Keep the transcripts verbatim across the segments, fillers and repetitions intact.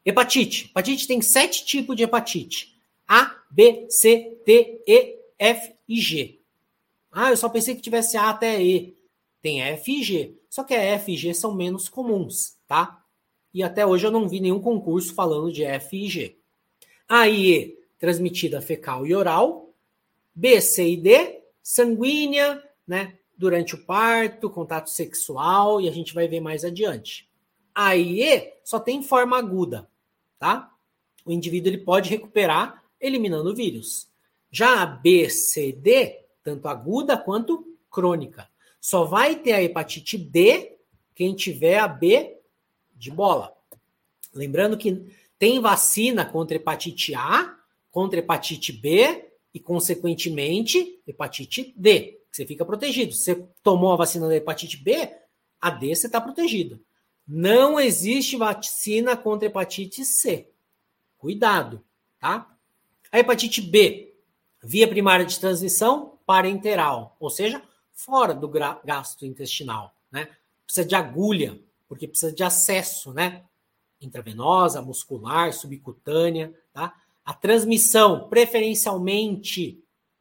Hepatite. Hepatite tem sete tipos de hepatite. A, B, C, D, E, F e G. Ah, eu só pensei que tivesse A até E. Tem F e G. Só que a F e G são menos comuns, tá? E até hoje eu não vi nenhum concurso falando de F e G. A e E, transmitida fecal e oral. B, C e D, sanguínea, né? Durante o parto, contato sexual, e a gente vai ver mais adiante. A e E só tem forma aguda, tá? O indivíduo ele pode recuperar eliminando o vírus. Já a B, C, D, tanto aguda quanto crônica. Só vai ter a hepatite D quem tiver a B de bola. Lembrando que tem vacina contra hepatite A, contra hepatite B e, consequentemente, hepatite D. Você fica protegido. Se você tomou a vacina da hepatite B, a D você está protegido. Não existe vacina contra hepatite C. Cuidado, tá? A hepatite B, via primária de transmissão parenteral, ou seja, fora do gastrointestinal, né? Precisa de agulha, porque precisa de acesso, né? Intravenosa, muscular, subcutânea, tá? A transmissão, preferencialmente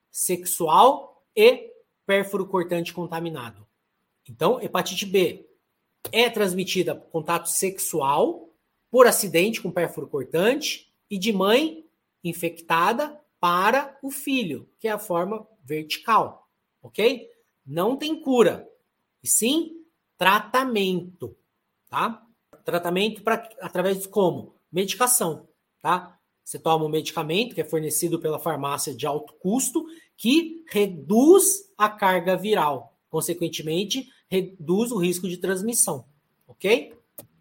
sexual e pérfuro cortante contaminado. Então, hepatite B é transmitida por contato sexual, por acidente com pérfuro cortante e de mãe infectada para o filho, que é a forma vertical, ok? Não tem cura, e sim tratamento, tá? Tratamento pra, através de como? Medicação, tá? Você toma um medicamento que é fornecido pela farmácia de alto custo, que reduz a carga viral, consequentemente, reduz o risco de transmissão, ok?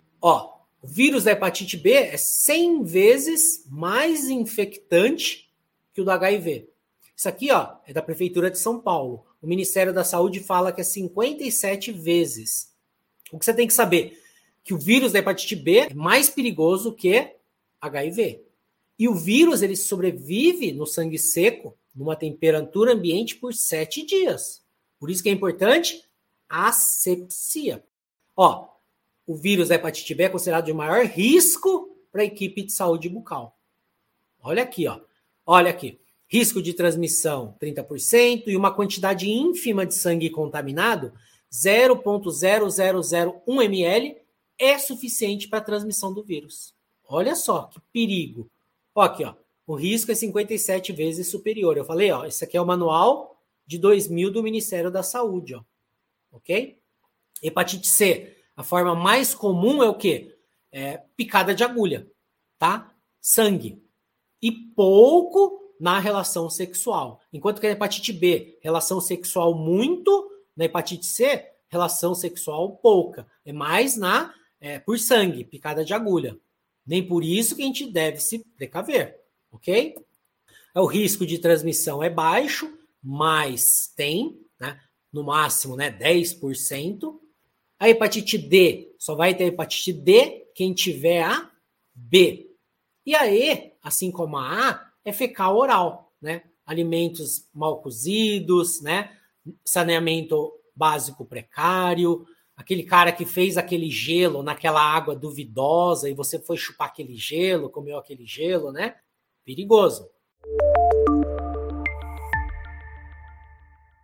Ó, o vírus da hepatite B é cem vezes mais infectante que o do H I V. Isso aqui, ó, é da Prefeitura de São Paulo. O Ministério da Saúde fala que é cinquenta e sete vezes. O que você tem que saber? Que o vírus da hepatite B é mais perigoso que H I V. E o vírus, ele sobrevive no sangue seco, numa temperatura ambiente, por sete dias. Por isso que é importante a asepsia. Ó, o vírus da hepatite B é considerado de maior risco para a equipe de saúde bucal. Olha aqui, ó. Olha aqui. Risco de transmissão, trinta por cento, e uma quantidade ínfima de sangue contaminado, zero vírgula zero zero zero um mililitros, é suficiente para a transmissão do vírus. Olha só que perigo. Ó, aqui, ó. O risco é cinquenta e sete vezes superior. Eu falei, ó, esse aqui é o manual de dois mil do Ministério da Saúde, ó. Ok? Hepatite C. A forma mais comum é o quê? É picada de agulha, tá? Sangue. E pouco na relação sexual. Enquanto que a hepatite B, relação sexual muito, na hepatite C, relação sexual pouca. É mais na é, por sangue, picada de agulha. Nem por isso que a gente deve se precaver, ok? O risco de transmissão é baixo, mas tem, né, no máximo, né, dez por cento. A hepatite D, só vai ter hepatite D quem tiver a B. E a E, assim como a A, é fecal oral, né? Alimentos mal cozidos, né? Saneamento básico precário, aquele cara que fez aquele gelo naquela água duvidosa e você foi chupar aquele gelo, comeu aquele gelo, né? Perigoso.